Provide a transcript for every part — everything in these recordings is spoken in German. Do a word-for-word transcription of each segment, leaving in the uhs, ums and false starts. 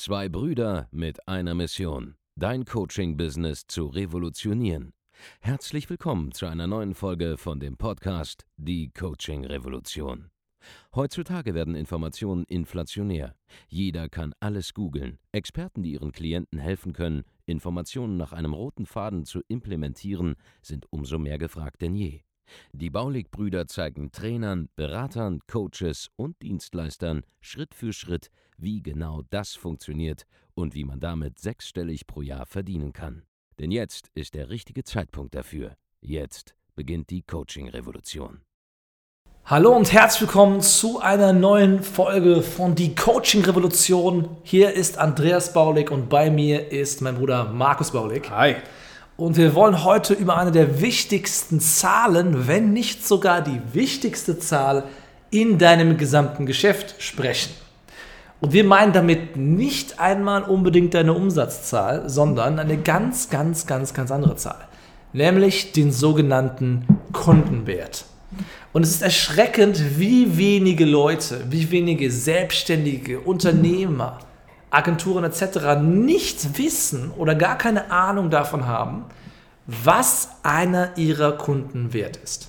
Zwei Brüder mit einer Mission, dein Coaching-Business zu revolutionieren. Herzlich willkommen zu einer neuen Folge von dem Podcast Die Coaching-Revolution. Heutzutage werden Informationen inflationär. Jeder kann alles googeln. Experten, die ihren Klienten helfen können, Informationen nach einem roten Faden zu implementieren, sind umso mehr gefragt denn je. Die Baulig-Brüder zeigen Trainern, Beratern, Coaches und Dienstleistern Schritt für Schritt, wie genau das funktioniert und wie man damit sechsstellig pro Jahr verdienen kann. Denn jetzt ist der richtige Zeitpunkt dafür. Jetzt beginnt die Coaching-Revolution. Hallo und herzlich willkommen zu einer neuen Folge von Die Coaching-Revolution. Hier ist Andreas Baulig und bei mir ist mein Bruder Markus Baulig. Hi. Und wir wollen heute über eine der wichtigsten Zahlen, wenn nicht sogar die wichtigste Zahl in deinem gesamten Geschäft sprechen. Und wir meinen damit nicht einmal unbedingt deine Umsatzzahl, sondern eine ganz, ganz, ganz, ganz andere Zahl. Nämlich den sogenannten Kundenwert. Und es ist erschreckend, wie wenige Leute, wie wenige Selbstständige, Unternehmer, Agenturen et cetera nicht wissen oder gar keine Ahnung davon haben, was einer ihrer Kunden wert ist.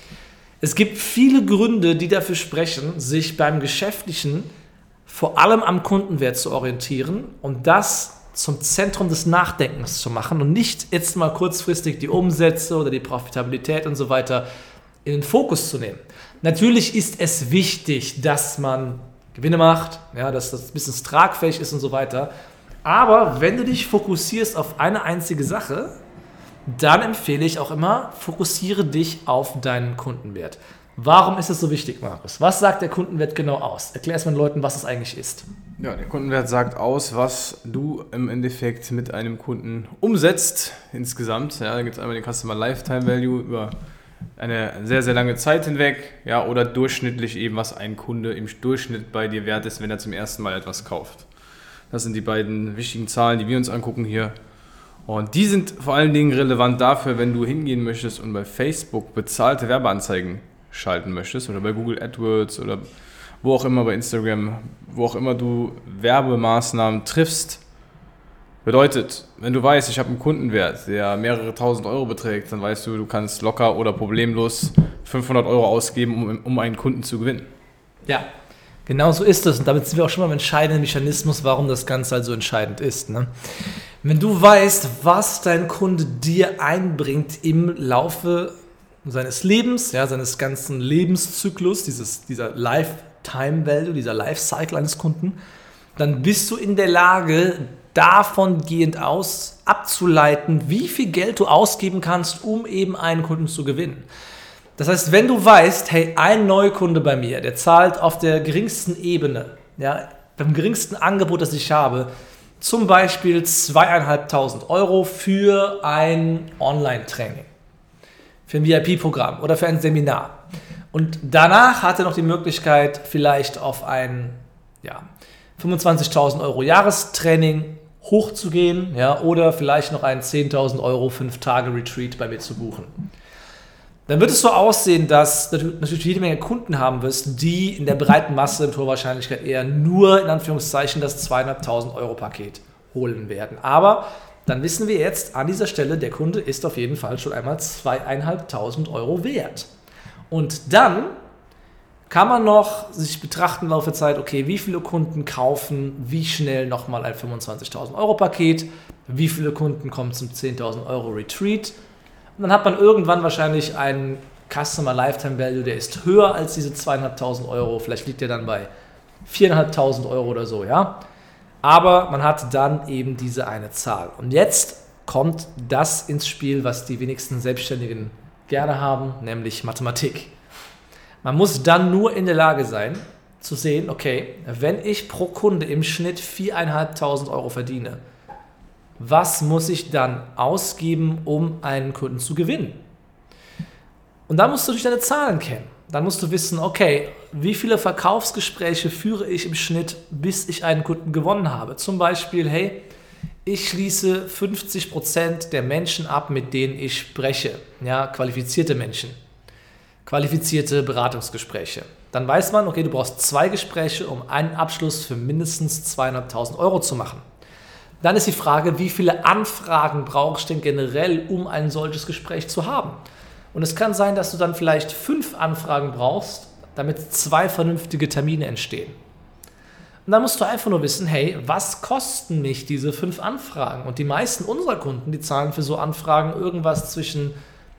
Es gibt viele Gründe, die dafür sprechen, sich beim Geschäftlichen vor allem am Kundenwert zu orientieren und das zum Zentrum des Nachdenkens zu machen und nicht jetzt mal kurzfristig die Umsätze oder die Profitabilität und so weiter in den Fokus zu nehmen. Natürlich ist es wichtig, dass man Gewinne macht, ja, dass das Business tragfähig ist und so weiter. Aber wenn du dich fokussierst auf eine einzige Sache, dann empfehle ich auch immer, fokussiere dich auf deinen Kundenwert. Warum ist es so wichtig, Markus? Was sagt der Kundenwert genau aus? Erklär es mal den Leuten, was es eigentlich ist. Ja, der Kundenwert sagt aus, was du im Endeffekt mit einem Kunden umsetzt insgesamt. Ja, da gibt es einmal den Customer Lifetime Value über eine sehr, sehr lange Zeit hinweg, ja, oder durchschnittlich eben, was ein Kunde im Durchschnitt bei dir wert ist, wenn er zum ersten Mal etwas kauft. Das sind die beiden wichtigen Zahlen, die wir uns angucken hier. Und die sind vor allen Dingen relevant dafür, wenn du hingehen möchtest und bei Facebook bezahlte Werbeanzeigen schalten möchtest oder bei Google AdWords oder wo auch immer, bei Instagram, wo auch immer du Werbemaßnahmen triffst. Bedeutet, wenn du weißt, ich habe einen Kundenwert, der mehrere tausend Euro beträgt, dann weißt du, du kannst locker oder problemlos fünfhundert Euro ausgeben, um, um einen Kunden zu gewinnen. Ja, genau so ist es. Und damit sind wir auch schon mal im entscheidenden Mechanismus, warum das Ganze halt so entscheidend ist. Ne? Wenn du weißt, was dein Kunde dir einbringt im Laufe seines Lebens, ja, seines ganzen Lebenszyklus, dieses, dieser Lifetime Value, dieser Lifecycle eines Kunden, dann bist du in der Lage, davon gehend aus abzuleiten, wie viel Geld du ausgeben kannst, um eben einen Kunden zu gewinnen. Das heißt, wenn du weißt, hey, ein Neukunde bei mir, der zahlt auf der geringsten Ebene, ja, beim geringsten Angebot, das ich habe, zum Beispiel zweieinhalbtausend Euro für ein Online-Training, für ein V I P-Programm oder für ein Seminar. Und danach hat er noch die Möglichkeit, vielleicht auf ein ja, fünfundzwanzigtausend Euro Jahrestraining hochzugehen, ja, oder vielleicht noch einen zehntausend Euro fünf Tage Retreat bei mir zu buchen. Dann wird es so aussehen, dass du natürlich jede Menge Kunden haben wirst, die in der breiten Masse mit hoher Wahrscheinlichkeit eher nur in Anführungszeichen das zweieinhalbtausend Euro Paket holen werden. Aber dann wissen wir jetzt an dieser Stelle, der Kunde ist auf jeden Fall schon einmal zweieinhalbtausend Euro wert. Und dann kann man noch sich betrachten im Laufe der Zeit, okay, wie viele Kunden kaufen wie schnell nochmal ein fünfundzwanzigtausend Euro Paket, wie viele Kunden kommen zum zehntausend Euro Retreat und dann hat man irgendwann wahrscheinlich einen Customer Lifetime Value, der ist höher als diese zweieinhalbtausend Euro, vielleicht liegt der dann bei viereinhalbtausend Euro oder so, ja, aber man hat dann eben diese eine Zahl. Und jetzt kommt das ins Spiel, was die wenigsten Selbstständigen gerne haben, nämlich Mathematik. Man muss dann nur in der Lage sein, zu sehen, okay, wenn ich pro Kunde im Schnitt viereinhalbtausend Euro verdiene, was muss ich dann ausgeben, um einen Kunden zu gewinnen? Und da musst du durch deine Zahlen kennen. Dann musst du wissen, okay, wie viele Verkaufsgespräche führe ich im Schnitt, bis ich einen Kunden gewonnen habe? Zum Beispiel, hey, ich schließe fünfzig Prozent der Menschen ab, mit denen ich spreche, ja, qualifizierte Menschen. Qualifizierte Beratungsgespräche. Dann weiß man, okay, du brauchst zwei Gespräche, um einen Abschluss für mindestens zweihunderttausend Euro zu machen. Dann ist die Frage, wie viele Anfragen brauchst du denn generell, um ein solches Gespräch zu haben? Und es kann sein, dass du dann vielleicht fünf Anfragen brauchst, damit zwei vernünftige Termine entstehen. Und dann musst du einfach nur wissen, hey, was kosten mich diese fünf Anfragen? Und die meisten unserer Kunden, die zahlen für so Anfragen irgendwas zwischen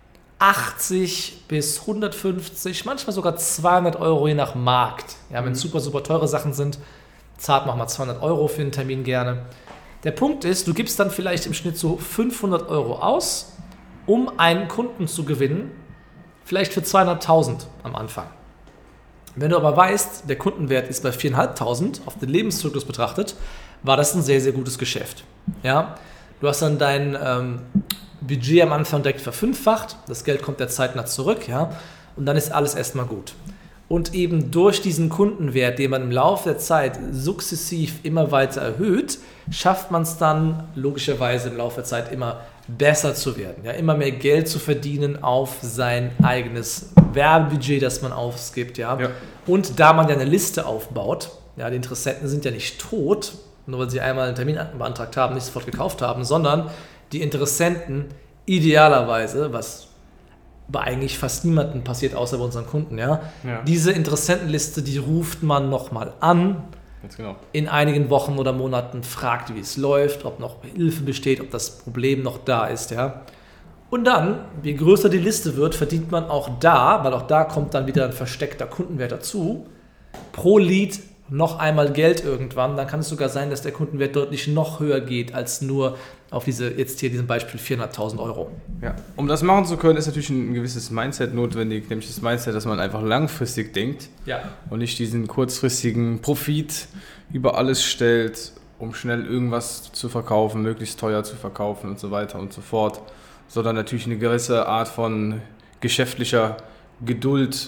achtzig bis hundertfünfzig, manchmal sogar zweihundert Euro je nach Markt. Ja, wenn es mhm. super, super teure Sachen sind, zahlt man mal zweihundert Euro für einen Termin gerne. Der Punkt ist, du gibst dann vielleicht im Schnitt so fünfhundert Euro aus, um einen Kunden zu gewinnen, vielleicht für zweihunderttausend am Anfang. Wenn du aber weißt, der Kundenwert ist bei viertausendfünfhundert auf den Lebenszyklus betrachtet, war das ein sehr, sehr gutes Geschäft. Ja? Du hast dann dein ähm, Budget am Anfang direkt verfünffacht, das Geld kommt der zeitnah zurück, ja, und dann ist alles erstmal gut. Und eben durch diesen Kundenwert, den man im Laufe der Zeit sukzessiv immer weiter erhöht, schafft man es dann logischerweise im Laufe der Zeit immer besser zu werden, ja, immer mehr Geld zu verdienen auf sein eigenes Werbebudget, das man ausgibt. Ja. Ja. Und da man ja eine Liste aufbaut, ja, die Interessenten sind ja nicht tot, nur weil sie einmal einen Termin beantragt haben, nicht sofort gekauft haben, sondern die Interessenten idealerweise, was bei eigentlich fast niemandem passiert, außer bei unseren Kunden, ja, ja. diese Interessentenliste, die ruft man nochmal an, Ganz genau. in einigen Wochen oder Monaten, fragt, wie es läuft, ob noch Hilfe besteht, ob das Problem noch da ist, ja. Und dann, je größer die Liste wird, verdient man auch da, weil auch da kommt dann wieder ein versteckter Kundenwert dazu, pro Lead noch einmal Geld irgendwann, dann kann es sogar sein, dass der Kundenwert deutlich noch höher geht als nur auf diese, jetzt hier diesem Beispiel vierhunderttausend Euro. Ja, um das machen zu können, ist natürlich ein gewisses Mindset notwendig, nämlich das Mindset, dass man einfach langfristig denkt ja. und nicht diesen kurzfristigen Profit über alles stellt, um schnell irgendwas zu verkaufen, möglichst teuer zu verkaufen und so weiter und so fort, sondern natürlich eine gewisse Art von geschäftlicher Geduld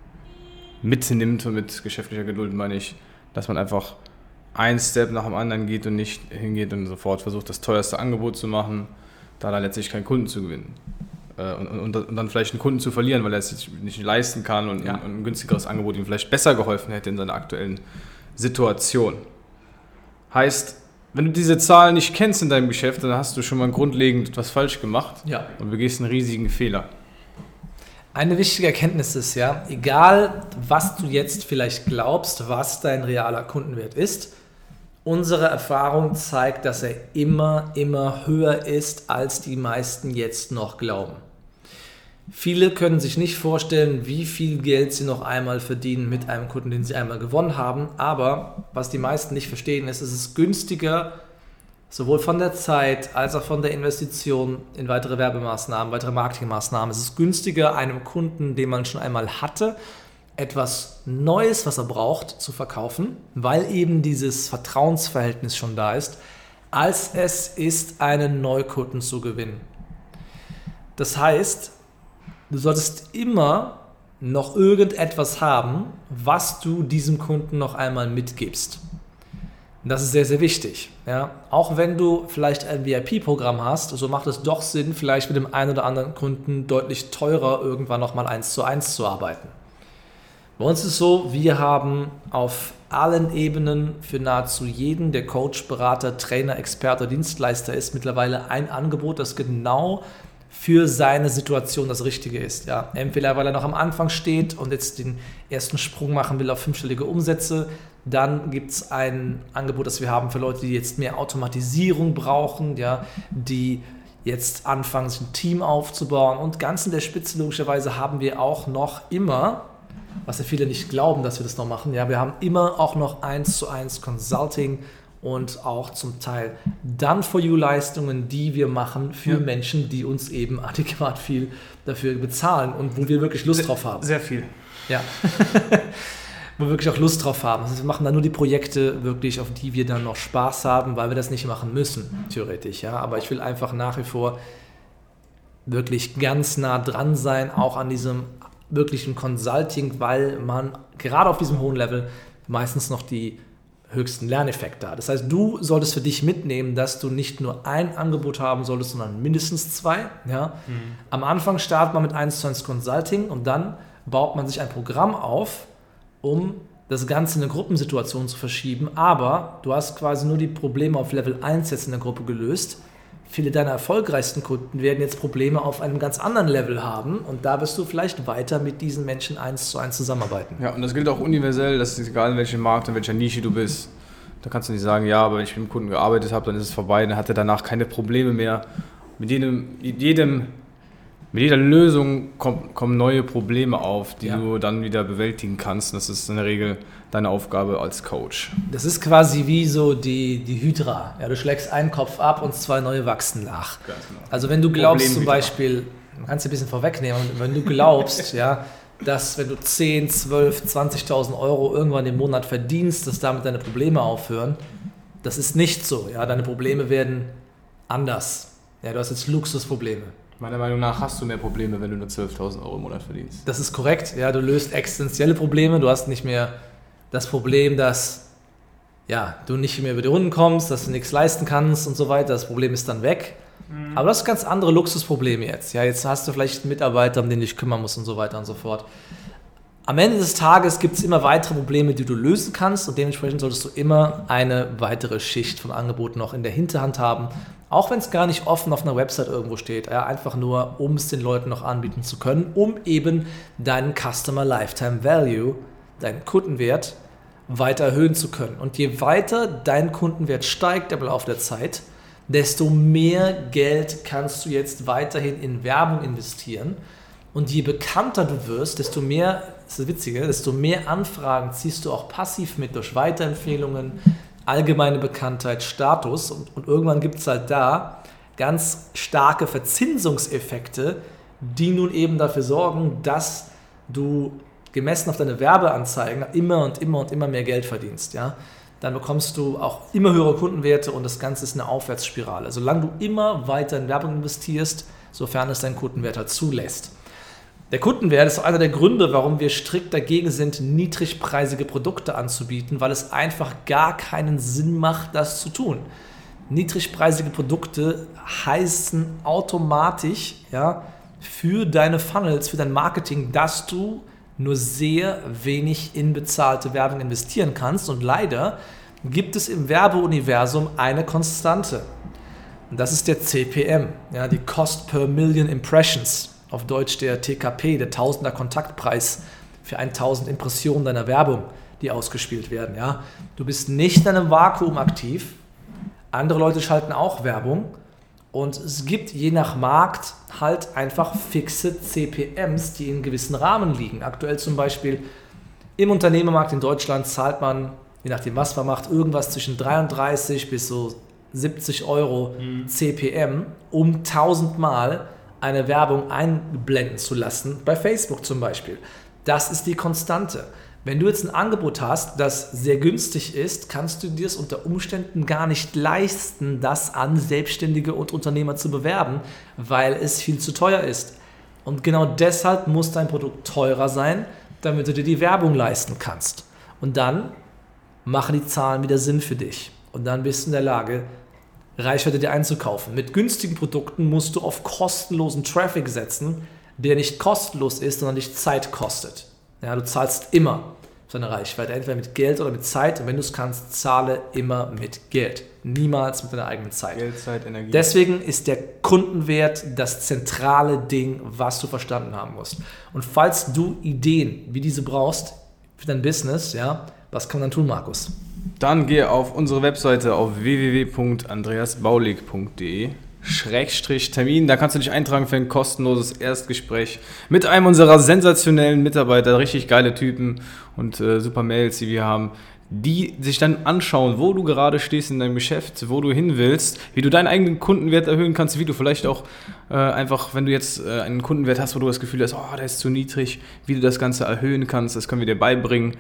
mitnimmt. Und mit geschäftlicher Geduld meine ich, dass man einfach ein Step nach dem anderen geht und nicht hingeht und sofort versucht, das teuerste Angebot zu machen, da dann letztlich keinen Kunden zu gewinnen. Und, und, und dann vielleicht einen Kunden zu verlieren, weil er es sich nicht leisten kann und, ja. und ein günstigeres Angebot ihm vielleicht besser geholfen hätte in seiner aktuellen Situation. Heißt, wenn du diese Zahlen nicht kennst in deinem Geschäft, dann hast du schon mal grundlegend etwas falsch gemacht ja. und begehst einen riesigen Fehler. Eine wichtige Erkenntnis ist ja, egal was du jetzt vielleicht glaubst, was dein realer Kundenwert ist, unsere Erfahrung zeigt, dass er immer, immer höher ist, als die meisten jetzt noch glauben. Viele können sich nicht vorstellen, wie viel Geld sie noch einmal verdienen mit einem Kunden, den sie einmal gewonnen haben, aber was die meisten nicht verstehen ist, es ist günstiger, sowohl von der Zeit als auch von der Investition in weitere Werbemaßnahmen, weitere Marketingmaßnahmen. Es ist günstiger, einem Kunden, den man schon einmal hatte, etwas Neues, was er braucht, zu verkaufen, weil eben dieses Vertrauensverhältnis schon da ist, als es ist, einen Neukunden zu gewinnen. Das heißt, du solltest immer noch irgendetwas haben, was du diesem Kunden noch einmal mitgibst. Das ist sehr, sehr wichtig. Ja? Auch wenn du vielleicht ein V I P-Programm hast, so macht es doch Sinn, vielleicht mit dem einen oder anderen Kunden deutlich teurer irgendwann nochmal eins zu eins zu arbeiten. Bei uns ist es so, wir haben auf allen Ebenen für nahezu jeden, der Coach, Berater, Trainer, Experte, Dienstleister ist, mittlerweile ein Angebot, das genau für seine Situation das Richtige ist. Ja, entweder weil er noch am Anfang steht und jetzt den ersten Sprung machen will auf fünfstellige Umsätze. Dann gibt es ein Angebot, das wir haben für Leute, die jetzt mehr Automatisierung brauchen, ja, die jetzt anfangen, sich ein Team aufzubauen. Und ganz in der Spitze logischerweise haben wir auch noch immer, was ja viele nicht glauben, dass wir das noch machen, ja, wir haben immer auch noch eins zu eins Consulting und auch zum Teil Done-for-You-Leistungen, die wir machen für ja. Menschen, die uns eben adäquat viel dafür bezahlen und wo wir wirklich Lust sehr, drauf haben. Sehr viel. Ja. Wo wir wirklich auch Lust drauf haben. Also wir machen dann nur die Projekte wirklich, auf die wir dann noch Spaß haben, weil wir das nicht machen müssen, theoretisch. Ja. Aber ich will einfach nach wie vor wirklich ganz nah dran sein, auch an diesem wirklichen Consulting, weil man gerade auf diesem hohen Level meistens noch die höchsten Lerneffekte hat. Das heißt, du solltest für dich mitnehmen, dass du nicht nur ein Angebot haben solltest, sondern mindestens zwei. Ja? Mhm. Am Anfang startet man mit eins zu eins Consulting und dann baut man sich ein Programm auf, um das Ganze in eine Gruppensituation zu verschieben, aber du hast quasi nur die Probleme auf Level eins jetzt in der Gruppe gelöst. Viele deiner erfolgreichsten Kunden werden jetzt Probleme auf einem ganz anderen Level haben und da wirst du vielleicht weiter mit diesen Menschen eins zu eins zusammenarbeiten. Ja, und das gilt auch universell, das ist egal, in welchem Markt, in welcher Nische du bist. Da kannst du nicht sagen, ja, aber wenn ich mit dem Kunden gearbeitet habe, dann ist es vorbei, dann hat er danach keine Probleme mehr. Mit jedem, mit jedem, mit jeder Lösung kommen, kommen neue Probleme auf, die ja. du dann wieder bewältigen kannst. Das ist in der Regel deine Aufgabe als Coach. Das ist quasi wie so die, die Hydra. Ja, du schlägst einen Kopf ab und zwei neue wachsen nach. Ganz genau. Also wenn du glaubst zum Beispiel, man kann es ein bisschen vorwegnehmen, wenn du glaubst, ja, dass wenn du zehn, zwölf, zwanzigtausend Euro irgendwann im Monat verdienst, dass damit deine Probleme aufhören, das ist nicht so. Ja, deine Probleme werden anders. Ja, du hast jetzt Luxusprobleme. Meiner Meinung nach hast du mehr Probleme, wenn du nur zwölftausend Euro im Monat verdienst. Das ist korrekt. Ja, du löst existenzielle Probleme. Du hast nicht mehr das Problem, dass ja, du nicht mehr über die Runden kommst, dass du nichts leisten kannst und so weiter. Das Problem ist dann weg. Mhm. Aber du hast ganz andere Luxusprobleme jetzt. Ja, jetzt hast du vielleicht einen Mitarbeiter, um den du dich kümmern musst und so weiter und so fort. Am Ende des Tages gibt es immer weitere Probleme, die du lösen kannst und dementsprechend solltest du immer eine weitere Schicht von Angeboten noch in der Hinterhand haben. Auch wenn es gar nicht offen auf einer Website irgendwo steht, ja, einfach nur, um es den Leuten noch anbieten zu können, um eben deinen Customer Lifetime Value, deinen Kundenwert, weiter erhöhen zu können. Und je weiter dein Kundenwert steigt im Laufe der Zeit, desto mehr Geld kannst du jetzt weiterhin in Werbung investieren. Und je bekannter du wirst, desto mehr, das ist das Witzige, desto mehr Anfragen ziehst du auch passiv mit durch Weiterempfehlungen, allgemeine Bekanntheit, Status und, und irgendwann gibt es halt da ganz starke Verzinsungseffekte, die nun eben dafür sorgen, dass du gemessen auf deine Werbeanzeigen immer und immer und immer mehr Geld verdienst. Ja? Dann bekommst du auch immer höhere Kundenwerte und das Ganze ist eine Aufwärtsspirale. Solange du immer weiter in Werbung investierst, sofern es dein Kundenwert halt zulässt. Der Kundenwert ist auch einer der Gründe, warum wir strikt dagegen sind, niedrigpreisige Produkte anzubieten, weil es einfach gar keinen Sinn macht, das zu tun. Niedrigpreisige Produkte heißen automatisch ja, für deine Funnels, für dein Marketing, dass du nur sehr wenig in bezahlte Werbung investieren kannst. Und leider gibt es im Werbeuniversum eine Konstante. Und das ist der C P M, ja, die Cost per Million Impressions. Auf Deutsch der T K P, der Tausender Kontaktpreis für tausend Impressionen deiner Werbung, die ausgespielt werden. Ja? Du bist nicht in einem Vakuum aktiv, andere Leute schalten auch Werbung und es gibt je nach Markt halt einfach fixe C P Ms, die in gewissen Rahmen liegen. Aktuell zum Beispiel im Unternehmermarkt in Deutschland zahlt man, je nachdem was man macht, irgendwas zwischen dreiunddreißig bis so siebzig Euro mhm. C P M, um tausendmal eine Werbung einblenden zu lassen, bei Facebook zum Beispiel. Das ist die Konstante. Wenn du jetzt ein Angebot hast, das sehr günstig ist, kannst du dir es unter Umständen gar nicht leisten, das an Selbstständige und Unternehmer zu bewerben, weil es viel zu teuer ist. Und genau deshalb muss dein Produkt teurer sein, damit du dir die Werbung leisten kannst. Und dann machen die Zahlen wieder Sinn für dich. Und dann bist du in der Lage, Reichweite dir einzukaufen. Mit günstigen Produkten musst du auf kostenlosen Traffic setzen, der nicht kostenlos ist, sondern dich Zeit kostet. Ja, du zahlst immer für deine Reichweite, entweder mit Geld oder mit Zeit. Und wenn du es kannst, zahle immer mit Geld. Niemals mit deiner eigenen Zeit. Geld, Zeit, Energie. Deswegen ist der Kundenwert das zentrale Ding, was du verstanden haben musst. Und falls du Ideen wie diese brauchst für dein Business, ja, was kann man dann tun, Markus? Dann gehe auf unsere Webseite auf w w w punkt andreas baulig punkt d e Schrägstrich Termin. Da kannst du dich eintragen für ein kostenloses Erstgespräch mit einem unserer sensationellen Mitarbeiter, richtig geile Typen und äh, super Mails, die wir haben, die sich dann anschauen, wo du gerade stehst in deinem Geschäft, wo du hin willst, wie du deinen eigenen Kundenwert erhöhen kannst, wie du vielleicht auch äh, einfach, wenn du jetzt äh, einen Kundenwert hast, wo du das Gefühl hast, oh, der ist zu niedrig, wie du das Ganze erhöhen kannst, das können wir dir beibringen.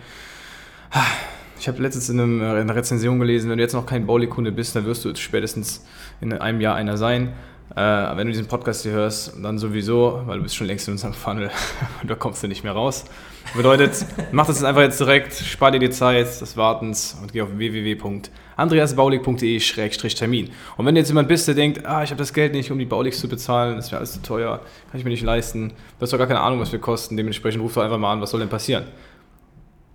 Ich habe letztens in, einem, in einer Rezension gelesen, wenn du jetzt noch kein Baulig-Kunde bist, dann wirst du jetzt spätestens in einem Jahr einer sein. Äh, wenn du diesen Podcast hier hörst, dann sowieso, weil du bist schon längst in unserem Funnel und da kommst du nicht mehr raus. Bedeutet, mach das einfach jetzt direkt, spar dir die Zeit des Wartens und geh auf w w w punkt andreas baulig punkt d e Schrägstrich Termin. Und wenn du jetzt jemand bist, der denkt, ah, ich habe das Geld nicht, um die Bauligs zu bezahlen, das wäre alles zu teuer, kann ich mir nicht leisten, du hast doch gar keine Ahnung, was wir kosten, dementsprechend ruf doch einfach mal an, was soll denn passieren?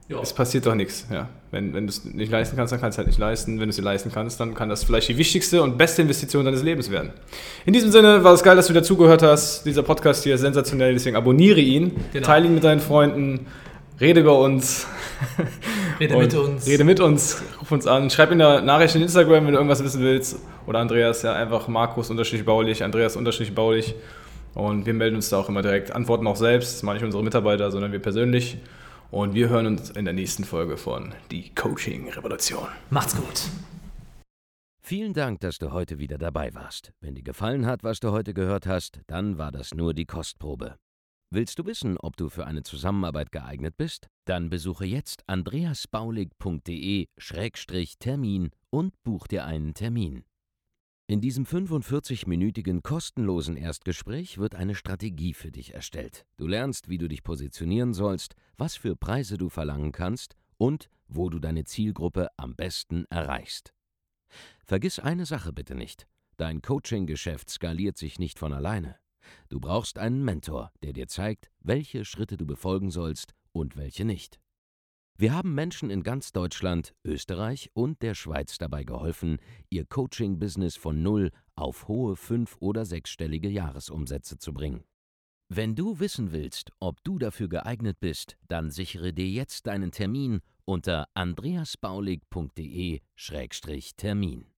Ja. Es passiert doch nichts. Ja. Wenn, wenn du es nicht leisten kannst, dann kannst du es halt nicht leisten. Wenn du es dir leisten kannst, dann kann das vielleicht die wichtigste und beste Investition deines Lebens werden. In diesem Sinne war es geil, dass du dazugehört hast. Dieser Podcast hier ist sensationell, deswegen abonniere ihn, genau. Teile ihn mit deinen Freunden, rede über uns. Rede mit uns. Rede mit uns, ruf uns an, schreib in der Nachricht in Instagram, wenn du irgendwas wissen willst. Oder Andreas, ja, einfach Markus-Baulich, Andreas-Baulich. Und wir melden uns da auch immer direkt, antworten auch selbst, das machen nicht unsere Mitarbeiter, sondern wir persönlich. Und wir hören uns in der nächsten Folge von Die Coaching-Revolution. Macht's gut. Vielen Dank, dass du heute wieder dabei warst. Wenn dir gefallen hat, was du heute gehört hast, dann war das nur die Kostprobe. Willst du wissen, ob du für eine Zusammenarbeit geeignet bist? Dann besuche jetzt andreasbaulig punkt de Schrägstrich Termin und buch dir einen Termin. In diesem fünfundvierzig-minütigen kostenlosen Erstgespräch wird eine Strategie für dich erstellt. Du lernst, wie du dich positionieren sollst, was für Preise du verlangen kannst und wo du deine Zielgruppe am besten erreichst. Vergiss eine Sache bitte nicht: Dein Coaching-Geschäft skaliert sich nicht von alleine. Du brauchst einen Mentor, der dir zeigt, welche Schritte du befolgen sollst und welche nicht. Wir haben Menschen in ganz Deutschland, Österreich und der Schweiz dabei geholfen, ihr Coaching-Business von null auf hohe fünf- oder sechsstellige Jahresumsätze zu bringen. Wenn du wissen willst, ob du dafür geeignet bist, dann sichere dir jetzt deinen Termin unter andreasbaulig punkt de Schrägstrich Termin.